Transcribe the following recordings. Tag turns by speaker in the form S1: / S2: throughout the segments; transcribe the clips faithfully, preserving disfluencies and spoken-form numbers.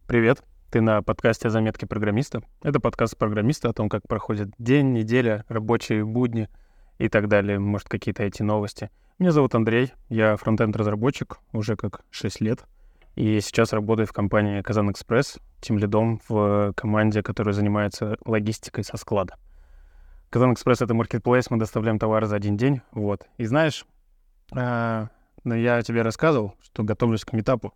S1: Привет, ты на подкасте «Заметки программиста». Это подкаст программиста о том, как проходит день, неделя, рабочие будни и так далее, может, какие-то ай ти-новости. Меня зовут Андрей, я фронтенд-разработчик уже как шесть лет, и сейчас работаю в компании «Казан Экспресс», тимлидом в команде, которая занимается логистикой со склада. «Казан Экспресс» — это маркетплейс, мы доставляем товары за один день, вот. И знаешь, э, ну, я тебе рассказывал, что готовлюсь к митапу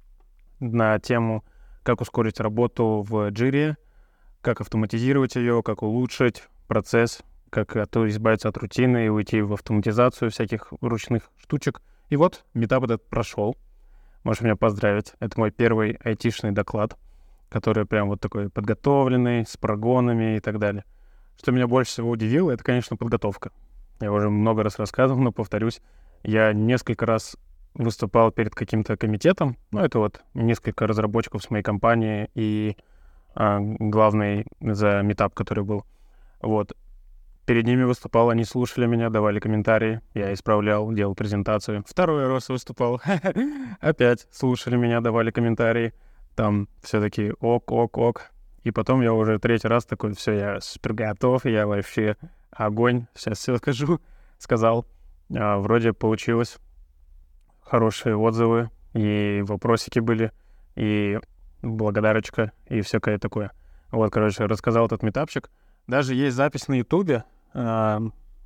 S1: на тему как ускорить работу в Jira, как автоматизировать ее, как улучшить процесс, как избавиться от рутины и уйти в автоматизацию всяких ручных штучек. И вот, митап этот прошел. Можешь меня поздравить. Это мой первый айтишный доклад, который прям вот такой подготовленный, с прогонами и так далее. Что меня больше всего удивило, это, конечно, подготовка. Я уже много раз рассказывал, но повторюсь, я несколько раз выступал перед каким-то комитетом, ну, это вот несколько разработчиков с моей компании и а, главный за митап, который был. Вот. Перед ними выступал, они слушали меня, давали комментарии, я исправлял, делал презентацию. Второй раз выступал, опять слушали меня, давали комментарии. Там все-таки ок, ок, ок. И потом я уже третий раз такой, все, я супер готов, я вообще огонь, сейчас все скажу. Сказал, а, вроде получилось. Хорошие отзывы, и вопросики были, и благодарочка, и всякое такое. Вот, короче, рассказал этот митапчик. Даже есть запись на Ютубе. Э,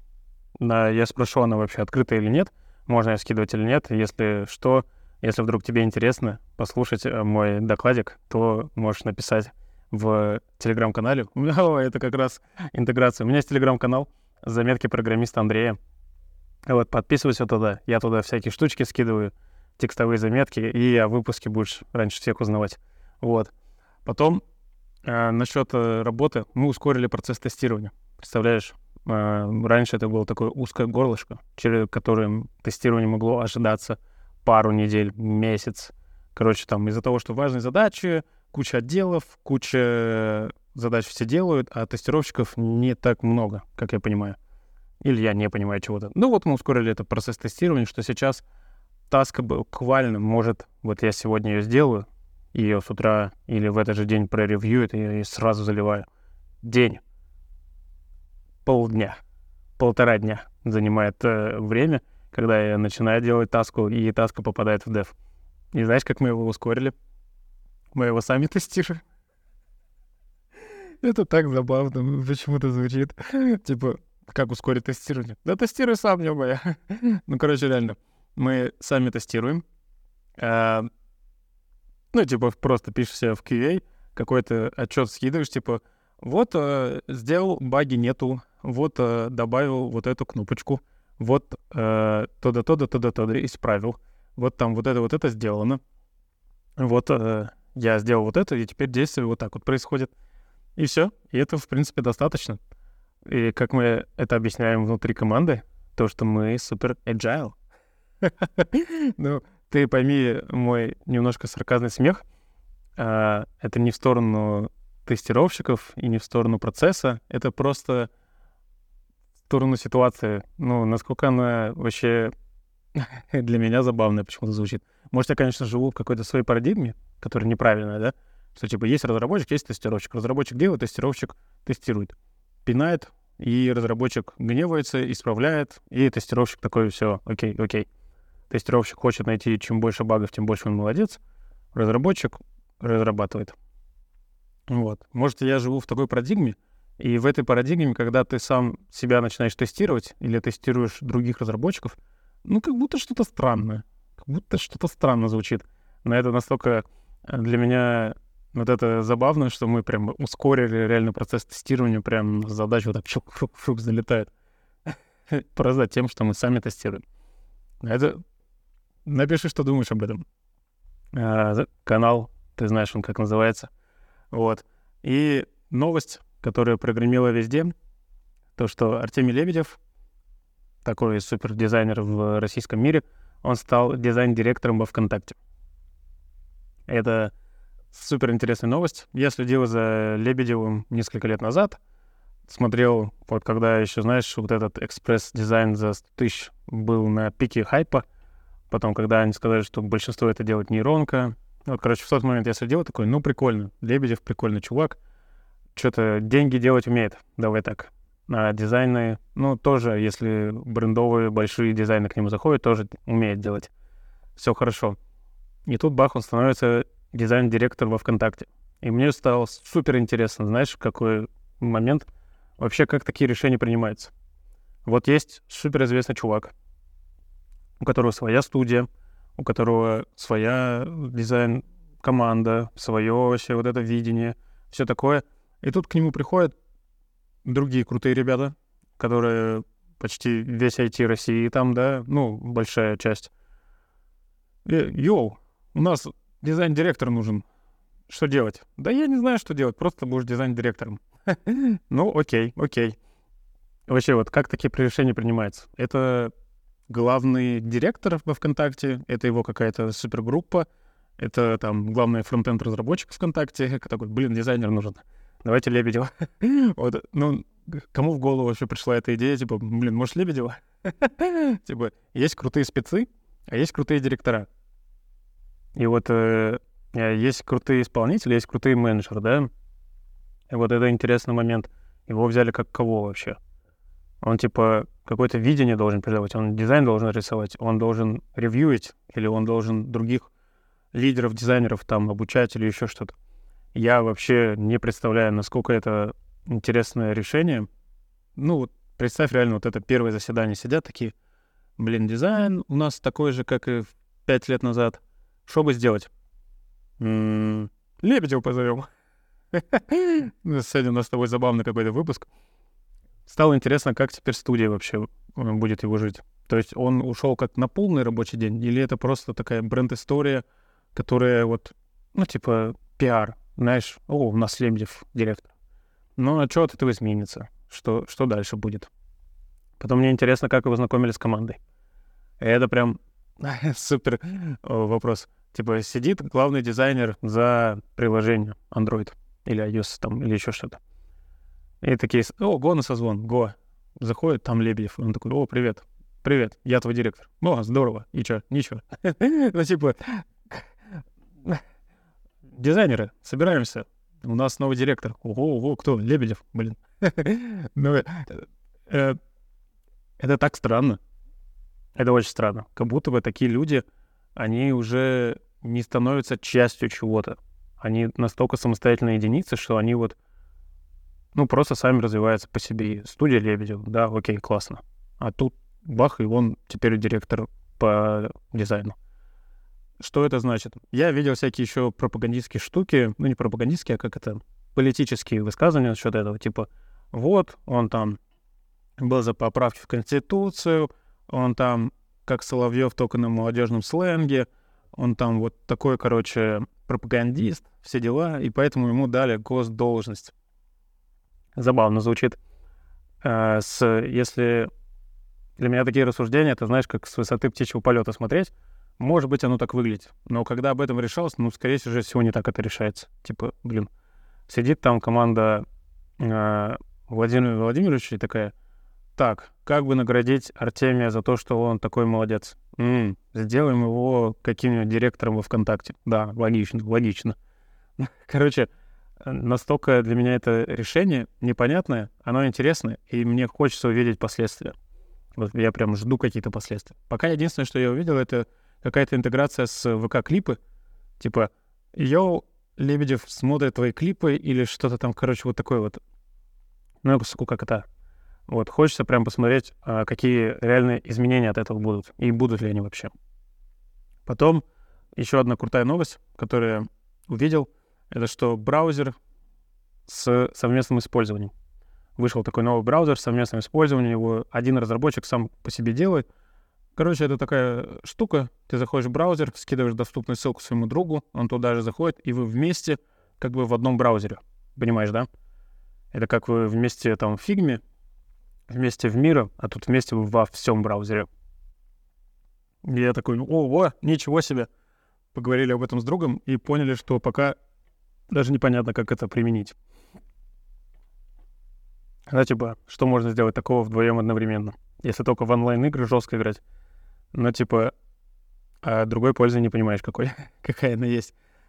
S1: на, я спрошу, она вообще открыта или нет, можно ее скидывать или нет. Если что, если вдруг тебе интересно послушать мой докладик, то можешь написать в телеграм-канале. У меня это как раз интеграция. У меня есть телеграм-канал «Заметки программиста Андрея». Вот, подписывайся туда. Я туда всякие штучки скидываю, текстовые заметки, и о выпуске будешь раньше всех узнавать. Вот. Потом, э, насчет э, работы, мы ускорили процесс тестирования. Представляешь, э, раньше это было такое узкое горлышко, через которое тестирование могло ожидаться пару недель, месяц. Короче, там из-за того, что важные задачи, куча отделов, куча задач все делают, а тестировщиков не так много, как я понимаю. Или я не понимаю чего-то. Ну вот мы ускорили этот процесс тестирования, что сейчас таска буквально может... Вот я сегодня ее сделаю, ее с утра или в этот же день проревью, это я ее сразу заливаю. День. Полдня. Полтора дня занимает э, время, когда я начинаю делать таску, и таска попадает в дев. И знаешь, как мы его ускорили? Мы его сами тестируем. Это так забавно, почему-то звучит. Типа... Как ускорить тестирование? Да тестируй сам, не моя. Ну, короче, реально. Мы сами тестируем. А, ну, типа, просто пишешь себе в кью эй, какой-то отчет скидываешь, типа, вот э, сделал, баги нету, вот э, добавил вот эту кнопочку, вот э, то-да, то-да, то-да, то-да, исправил. Вот там вот это, вот это сделано. Вот э, я сделал вот это, и теперь действие вот так вот происходит. И все. И это, в принципе, достаточно. И как мы это объясняем внутри команды, то, что мы супер agile. Ну, ты пойми мой немножко сарказный смех. А, это не в сторону тестировщиков и не в сторону процесса. Это просто в сторону ситуации. Ну, насколько она вообще для меня забавная почему-то звучит. Может, я, конечно, живу в какой-то своей парадигме, которая неправильная, да? Что, типа, есть разработчик, есть тестировщик. Разработчик делает, тестировщик тестирует. Пинает, и разработчик гневается, исправляет, и тестировщик такой, все, окей, окей. Тестировщик хочет найти чем больше багов, тем больше он молодец. Разработчик разрабатывает. Вот. Может, я живу в такой парадигме, и в этой парадигме, когда ты сам себя начинаешь тестировать или тестируешь других разработчиков, ну, как будто что-то странное. Как будто что-то странно звучит. Но это настолько для меня... Вот это забавно, что мы прям ускорили реально процесс тестирования, прям задача вот так шук-шук-шук залетает. Просто тем, что мы сами тестируем. Это... Напиши, что думаешь об этом. А, канал, ты знаешь, он как называется. Вот. И новость, которая прогремела везде, то, что Артемий Лебедев, такой супердизайнер в российском мире, он стал дизайн-директором во ВКонтакте. Это... Супер интересная новость. Я следил за Лебедевым несколько лет назад. Смотрел, вот когда еще, знаешь, вот этот экспресс-дизайн за сто тысяч был на пике хайпа. Потом, когда они сказали, что большинство это делает нейронка, Вот, короче, в тот момент я следил, такой, ну, прикольно, Лебедев прикольный чувак, что-то деньги делать умеет, давай так. А дизайны, ну, тоже, если брендовые большие дизайны к нему заходят, тоже умеет делать. Все хорошо. И тут бах, он становится дизайн-директор во ВКонтакте. И мне стало супер интересно, знаешь, в какой момент вообще, как такие решения принимаются. Вот есть суперизвестный чувак, у которого своя студия, у которого своя дизайн-команда, свое вообще вот это видение, все такое. И тут к нему приходят другие крутые ребята, которые почти весь ай ти России там, да, ну, большая часть. Э, Йоу, у нас дизайн-директор нужен. Что делать? Да я не знаю, что делать, просто будешь дизайн-директором. Ну, окей, окей. Вообще, вот как такие решения принимаются? Это главный директор во ВКонтакте, это его какая-то супергруппа, это там главный фронтенд-разработчик ВКонтакте, такой, блин, дизайнер нужен. Давайте Лебедева. Вот, ну, кому в голову вообще пришла эта идея, типа, блин, может, Лебедева? Типа, есть крутые спецы, а есть крутые директора. И вот э, есть крутые исполнители, есть крутые менеджеры, да? И вот это интересный момент. Его взяли как кого вообще? Он, типа, какое-то видение должен придавать, он дизайн должен рисовать, он должен ревьюить, или он должен других лидеров, дизайнеров там обучать или еще что-то. Я вообще не представляю, насколько это интересное решение. Ну, вот представь реально, вот это первое заседание сидят такие, блин, дизайн у нас такой же, как и пять лет назад. Что бы сделать? М-м- Лебедева позовем. Сегодня у нас с тобой забавный какой-то выпуск. Стало интересно, как теперь студия вообще будет его жить. То есть он ушел как на полный рабочий день, или это просто такая бренд-история, которая вот, ну, типа, пиар. Знаешь, о, у нас Лебедев директор. Ну, а что от этого изменится? Что, что дальше будет? Потом мне интересно, как его знакомили с командой. Это прям супер вопрос. Типа сидит главный дизайнер за приложение Android или iOS там, или еще что-то. И такие, о, го на созвон, го. Заходит, там Лебедев. Он такой, о, привет, привет, я твой директор. О, здорово, и чё, ничего. Ну, типа, дизайнеры, собираемся. У нас новый директор. Ого, ого, кто? Лебедев, блин. Ну, э, это так странно. Это очень странно. Как будто бы такие люди, они уже не становятся частью чего-то. Они настолько самостоятельные единицы, что они вот, ну, просто сами развиваются по себе. Студия Лебедев, да, окей, классно. А тут бах, и он теперь директор по дизайну. Что это значит? Я видел всякие еще пропагандистские штуки, ну, не пропагандистские, а как это, политические высказывания насчет этого, типа, вот, он там был за поправки в Конституцию, он там, как Соловьев, только на молодежном сленге, он там вот такой, короче, пропагандист, все дела, и поэтому ему дали госдолжность. Забавно звучит. А, с, если для меня такие рассуждения, это, знаешь, как с высоты птичьего полета смотреть, может быть, оно так выглядит. Но когда об этом решалось, ну, скорее всего, не так это решается. Типа, блин, сидит там команда э, Владимира Владимировича и такая, так, как бы наградить Артемия за то, что он такой молодец? М-м, сделаем его каким-нибудь директором во ВКонтакте. Да, логично, логично. Короче, настолько для меня это решение непонятное, оно интересное, и мне хочется увидеть последствия. Вот я прям жду какие-то последствия. Пока единственное, что я увидел, это какая-то интеграция с ВК-клипы. Типа, йоу, Лебедев смотрит твои клипы или что-то там, короче, вот такое вот. Ну, сколько кота. Вот, хочется прям посмотреть, какие реальные изменения от этого будут. И будут ли они вообще. Потом еще одна крутая новость, которую я увидел, это что браузер с совместным использованием. Вышел такой новый браузер с совместным использованием. Его один разработчик сам по себе делает. Короче, это такая штука. Ты заходишь в браузер, скидываешь доступную ссылку своему другу, он туда же заходит, и вы вместе как бы в одном браузере. Понимаешь, да? Это как вы вместе там в Фигме, вместе в Миро, а тут вместе вы во всем браузере. И я такой, ого, ничего себе. Поговорили об этом с другом и поняли, что пока даже непонятно, как это применить. Да, типа, что можно сделать такого вдвоем одновременно? Если только в онлайн-игры жестко играть. Но, типа, а другой пользы не понимаешь, какой, какая она есть.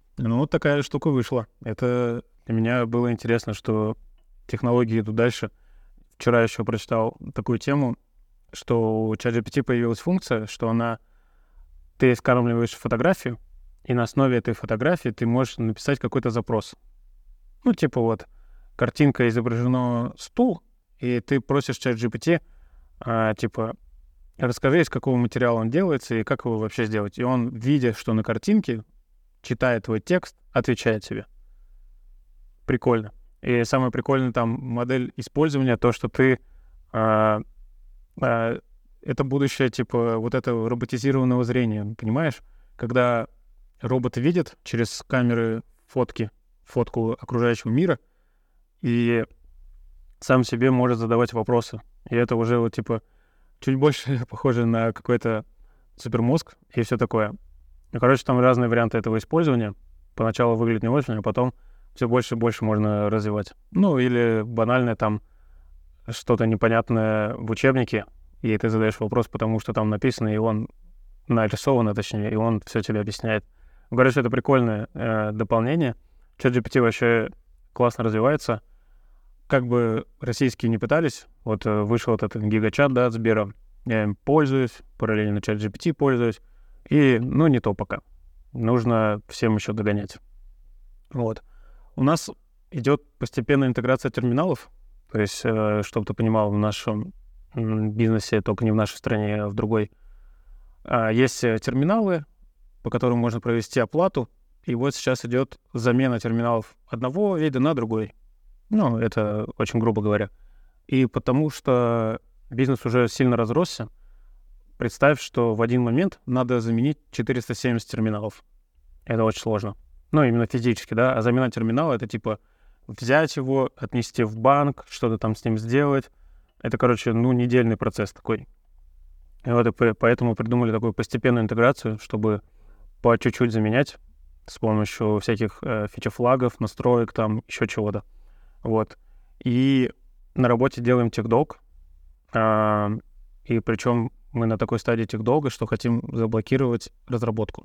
S1: Ну, вот такая штука вышла. Это для меня было интересно, что технологии идут дальше. Вчера еще прочитал такую тему, что у ChatGPT появилась функция, что она... Ты скармливаешь фотографию, и на основе этой фотографии ты можешь написать какой-то запрос. Ну, типа вот, картинка изображена стул, и ты просишь ChatGPT, а, типа, расскажи, из какого материала он делается и как его вообще сделать. И он, видя, что на картинке, читая твой текст, отвечает тебе. Прикольно. И самое прикольное там модель использования, то, что ты... А, а, это будущее, типа, вот этого роботизированного зрения, понимаешь? Когда робот видит через камеры фотки, фотку окружающего мира, и сам себе может задавать вопросы. И это уже вот, типа, чуть больше похоже на какой-то супермозг и все такое. Ну, короче, там разные варианты этого использования. Поначалу выглядит не очень, а потом все больше и больше можно развивать. Ну, или банальное там что-то непонятное в учебнике, и ты задаешь вопрос, потому что там написано, и он нарисовано, точнее, и он все тебе объясняет. Говорю, что это прикольное э, дополнение. ChatGPT вообще классно развивается. Как бы российские не пытались, вот э, вышел вот этот гигачат, да, от Сбера, я им пользуюсь, параллельно ChatGPT пользуюсь, и, ну, не то пока. Нужно всем еще догонять. Вот. У нас идет постепенная интеграция терминалов, то есть, э, чтобы ты понимал, в нашем бизнесе, только не в нашей стране, а в другой, э, есть терминалы, по которым можно провести оплату, и вот сейчас идет замена терминалов одного вида на другой. Ну, это очень грубо говоря. И потому что бизнес уже сильно разросся, представь, что в один момент надо заменить четыреста семьдесят терминалов. Это очень сложно. Ну, именно физически, да. А замена терминала — это типа взять его, отнести в банк, что-то там с ним сделать. Это, короче, ну, недельный процесс такой. И вот и поэтому придумали такую постепенную интеграцию, чтобы по чуть-чуть заменять с помощью всяких э, фича-флагов, настроек, там, еще чего-то. Вот. И на работе делаем техдолг. А, и причем мы на такой стадии техдолга, что хотим заблокировать разработку.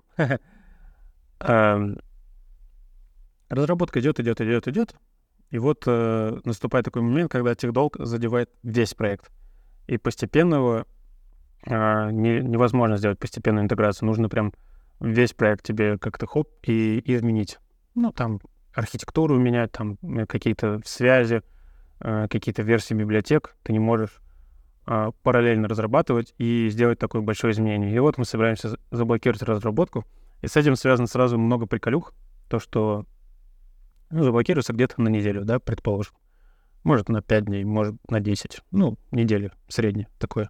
S1: Разработка идет, идет, идет, идет. И вот э, наступает такой момент, когда техдолг задевает весь проект. И постепенного э, не, невозможно сделать постепенную интеграцию. Нужно прям весь проект тебе как-то хоп и, и изменить. Ну, там архитектуру менять, там какие-то связи, э, какие-то версии библиотек. Ты не можешь э, параллельно разрабатывать и сделать такое большое изменение. И вот мы собираемся заблокировать разработку. И с этим связано сразу много приколюх. То, что ну, заблокируется где-то на неделю, да, предположим. Может, на пять дней, может, на десять. Ну, неделю среднее такое.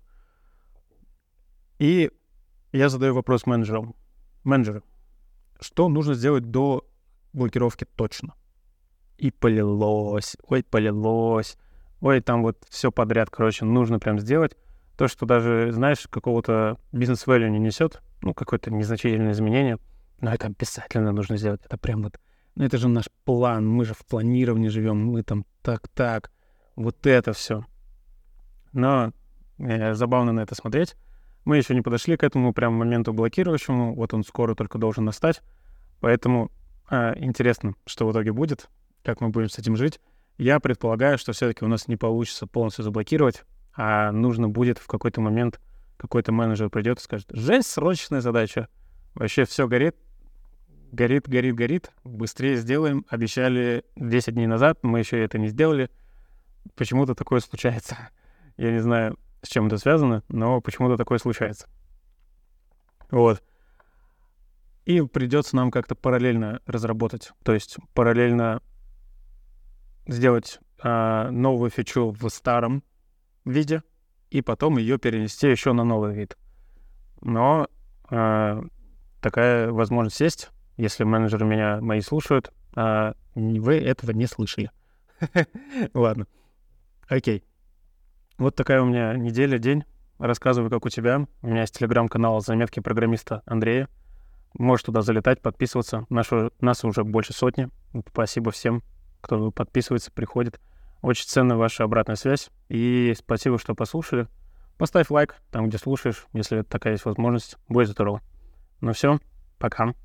S1: И я задаю вопрос менеджерам. Менеджеры, что нужно сделать до блокировки точно? И полилось, ой, полилось. Ой, там вот все подряд, короче, нужно прям сделать. То, что даже, знаешь, какого-то бизнес-вэлю не несет, ну, какое-то незначительное изменение, но это обязательно нужно сделать. Это прям вот, ну, это же наш план, мы же в планировании живем, мы там так-так, вот это все. Но э, забавно на это смотреть. Мы еще не подошли к этому прям моменту блокирующему, вот он скоро только должен настать, поэтому э, интересно, что в итоге будет, как мы будем с этим жить. Я предполагаю, что все-таки у нас не получится полностью заблокировать, а нужно будет в какой-то момент, какой-то менеджер придет и скажет: жесть, срочная задача, вообще все горит, горит, горит, горит, быстрее сделаем, обещали десять дней назад, мы еще это не сделали, почему-то такое случается. Я не знаю, с чем это связано, но почему-то такое случается. Вот. И придется нам как-то параллельно разработать, то есть параллельно сделать а, новую фичу в старом виде и потом ее перенести еще на новый вид. Но а, такая возможность есть, если менеджеры меня мои слушают, а вы этого не слышали. Ладно. Окей. Вот такая у меня неделя, день. Рассказываю, как у тебя. У меня есть телеграм-канал «Заметки программиста» Андрея. Можешь туда залетать, подписываться. Нашу, нас уже больше сотни. Спасибо всем, кто подписывается, приходит. Очень ценна ваша обратная связь. И спасибо, что послушали. Поставь лайк там, где слушаешь, если такая есть возможность. Будет здорово. Ну все, пока.